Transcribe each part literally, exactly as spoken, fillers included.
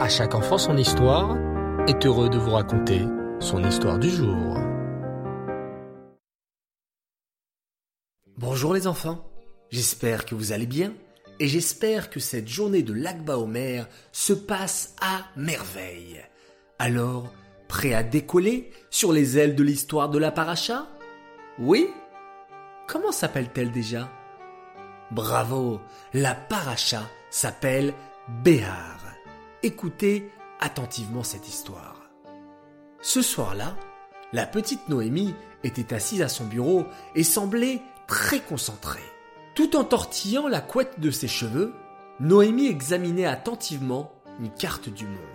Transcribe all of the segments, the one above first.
À chaque enfant son histoire est heureux de vous raconter son histoire du jour. Bonjour les enfants, j'espère que vous allez bien et j'espère que cette journée de Lag BaOmer se passe à merveille. Alors, prêt à décoller sur les ailes de l'histoire de la paracha? Oui? Comment s'appelle-t-elle déjà? Bravo, la paracha s'appelle Béar. Écoutez attentivement cette histoire. Ce soir-là, la petite Noémie était assise à son bureau et semblait très concentrée. Tout en tortillant la couette de ses cheveux, Noémie examinait attentivement une carte du monde.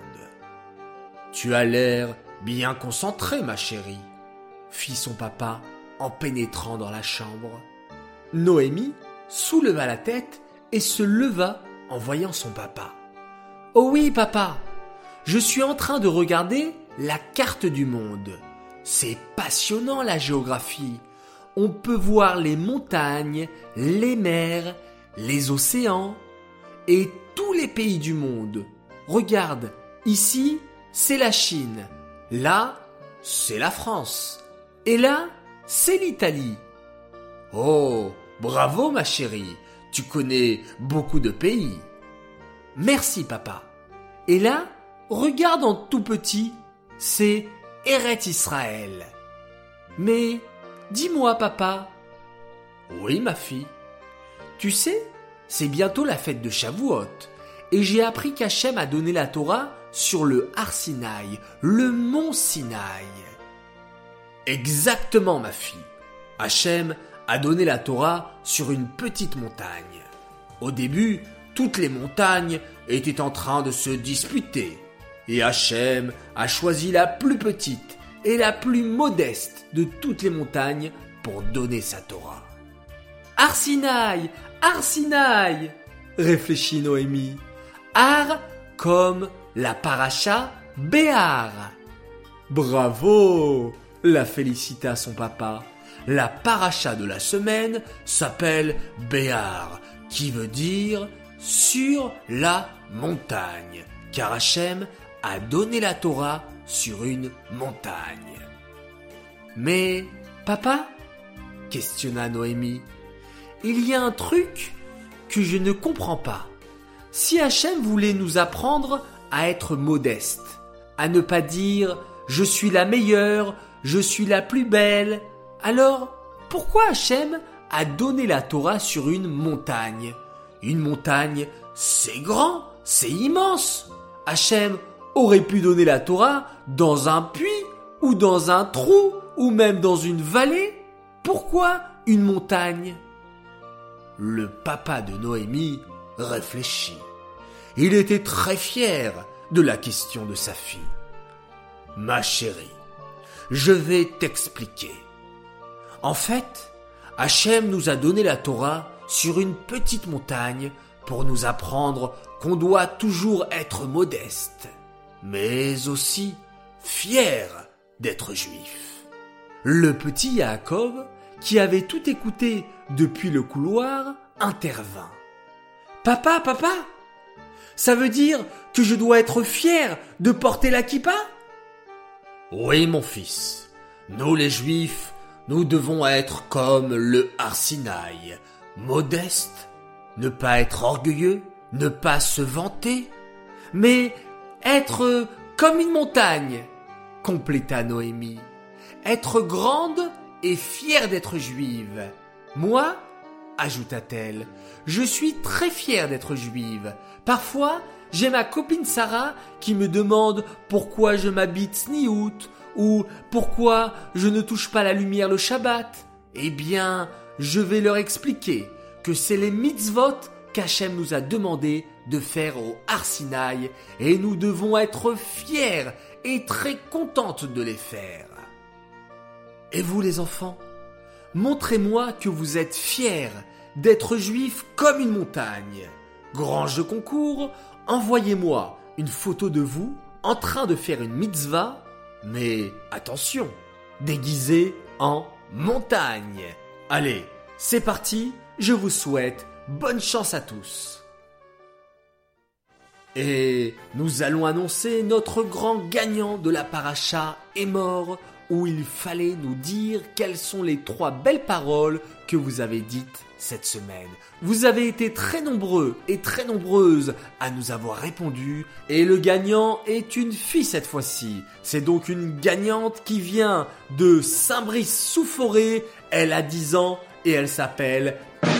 « Tu as l'air bien concentrée, ma chérie, » fit son papa en pénétrant dans la chambre. Noémie souleva la tête et se leva en voyant son papa. « Oh oui, papa, je suis en train de regarder la carte du monde. C'est passionnant la géographie. On peut voir les montagnes, les mers, les océans et tous les pays du monde. Regarde, ici, c'est la Chine. Là, c'est la France. Et là, c'est l'Italie. Oh, bravo ma chérie, tu connais beaucoup de pays. Merci papa. Et là, regarde en tout petit, c'est Eretz Israël. Mais, dis-moi papa. Oui ma fille. Tu sais, c'est bientôt la fête de Shavuot, et j'ai appris qu'Hachem a donné la Torah sur le Har Sinaï, le mont Sinaï. Exactement ma fille. Hachem a donné la Torah sur une petite montagne. Au début, toutes les montagnes étaient en train de se disputer, et Hachem a choisi la plus petite et la plus modeste de toutes les montagnes pour donner sa Torah. Har Sinaï, Har Sinaï, réfléchit Noémie. Har comme la paracha Béar. Bravo, la félicita son papa. La paracha de la semaine s'appelle Béar, qui veut dire sur la montagne, car Hachem a donné la Torah sur une montagne. Mais, papa, questionna Noémie, il y a un truc que je ne comprends pas. Si Hachem voulait nous apprendre à être modeste, à ne pas dire « je suis la meilleure, je suis la plus belle », alors pourquoi Hachem a donné la Torah sur une montagne ? Une montagne, c'est grand, c'est immense. Hachem aurait pu donner la Torah dans un puits ou dans un trou ou même dans une vallée. Pourquoi une montagne ? Le papa de Noémie réfléchit. Il était très fier de la question de sa fille. « Ma chérie, je vais t'expliquer. En fait, Hachem nous a donné la Torah sur une petite montagne pour nous apprendre qu'on doit toujours être modeste, mais aussi fier d'être juif. » Le petit Yaakov, qui avait tout écouté depuis le couloir, intervint. « Papa, papa, ça veut dire que je dois être fier de porter la kippa ?» « Oui, mon fils, nous les juifs, nous devons être comme le Har Sinaï, modeste, ne pas être orgueilleux, ne pas se vanter, mais être comme une montagne, compléta Noémie. Être grande et fière d'être juive. Moi, ajouta-t-elle, je suis très fière d'être juive. Parfois, j'ai ma copine Sarah qui me demande pourquoi je m'habille tsniout ou pourquoi je ne touche pas la lumière le Shabbat. Eh bien, je vais leur expliquer que c'est les mitzvot qu'Hachem nous a demandé de faire au Har Sinaï et nous devons être fiers et très contentes de les faire. Et vous les enfants, montrez-moi que vous êtes fiers d'être juifs comme une montagne. Grand jeu concours, envoyez-moi une photo de vous en train de faire une mitzvah, mais attention, déguisé en montagne. Allez, c'est parti, je vous souhaite bonne chance à tous. Et nous allons annoncer notre grand gagnant de la paracha est mort, où il fallait nous dire quelles sont les trois belles paroles que vous avez dites cette semaine. Vous avez été très nombreux et très nombreuses à nous avoir répondu et le gagnant est une fille cette fois-ci. C'est donc une gagnante qui vient de Saint-Brice-sous-Forêt. Elle a dix ans et elle s'appelle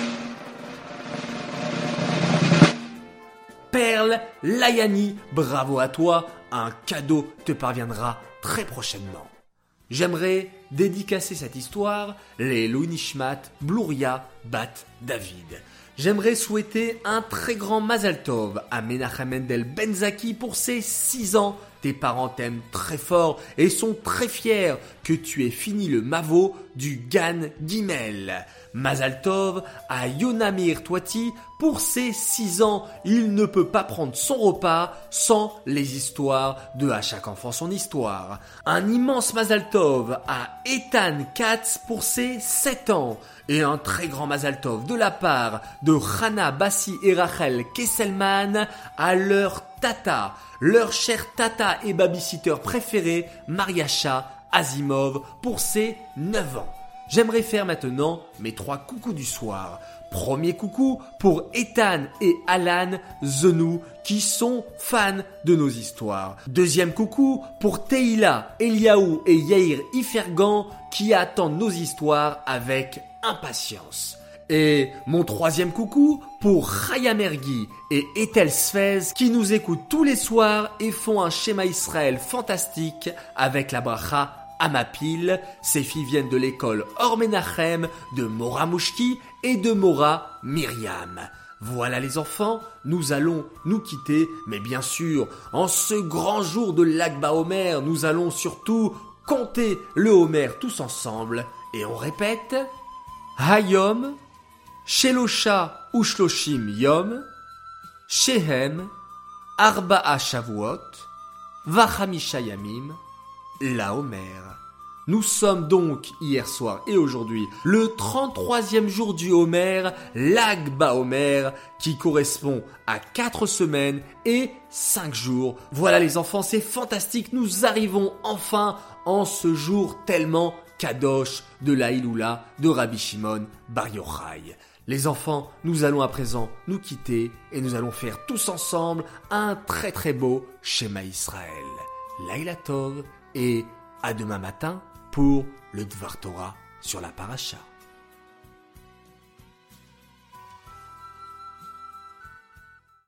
Perle Layani. Bravo à toi, un cadeau te parviendra très prochainement. J'aimerais dédicacer cette histoire, les Louis Nishmat, Blouria, Bat, David. J'aimerais souhaiter un très grand Mazal Tov à Menachem Mendel Benzaki pour ses six ans. Tes parents t'aiment très fort et sont très fiers que tu aies fini le Mavo du Gan Gimel. Mazal Tov à Yonamir Toiti pour ses six ans. Il ne peut pas prendre son repas sans les histoires de À chaque enfant son histoire. Un immense Mazal Tov à Ethan Katz pour ses sept ans. Et un très grand Mazal Tov de la part de Hana Bassi et Rachel Kesselman à leur tata, leur cher tata et babysitter préféré, Mariacha Azimov pour ses neuf ans. J'aimerais faire maintenant mes trois coucous du soir. Premier coucou pour Ethan et Alan Zenou qui sont fans de nos histoires. Deuxième coucou pour Teila, Eliaou et Yair Ifergan qui attendent nos histoires avec impatience. Et mon troisième coucou pour Chaya Mergui et Ethel Sfez qui nous écoutent tous les soirs et font un schéma Israël fantastique avec la bracha Amapil. Ces filles viennent de l'école Or Menachem, de Mora Mouchki et de Mora Myriam. Voilà les enfants, nous allons nous quitter, mais bien sûr, en ce grand jour de Lag BaOmer, nous allons surtout compter le Homer tous ensemble. Et on répète, Hayom, Shelosha Ushloshim Yom, Shehem, Arba'a Shavuot, Vachamisha Yamim, la Homer. Nous sommes donc hier soir et aujourd'hui le trente-troisième jour du Homer, Lag BaOmer, qui correspond à quatre semaines et cinq jours. Voilà les enfants, c'est fantastique, nous arrivons enfin en ce jour tellement kadosh de la Hiloula de Rabbi Shimon Bar Yochai. Les enfants, nous allons à présent nous quitter et nous allons faire tous ensemble un très très beau Shema Israël. Laila Tov et à demain matin pour le Dvar Torah sur la Paracha.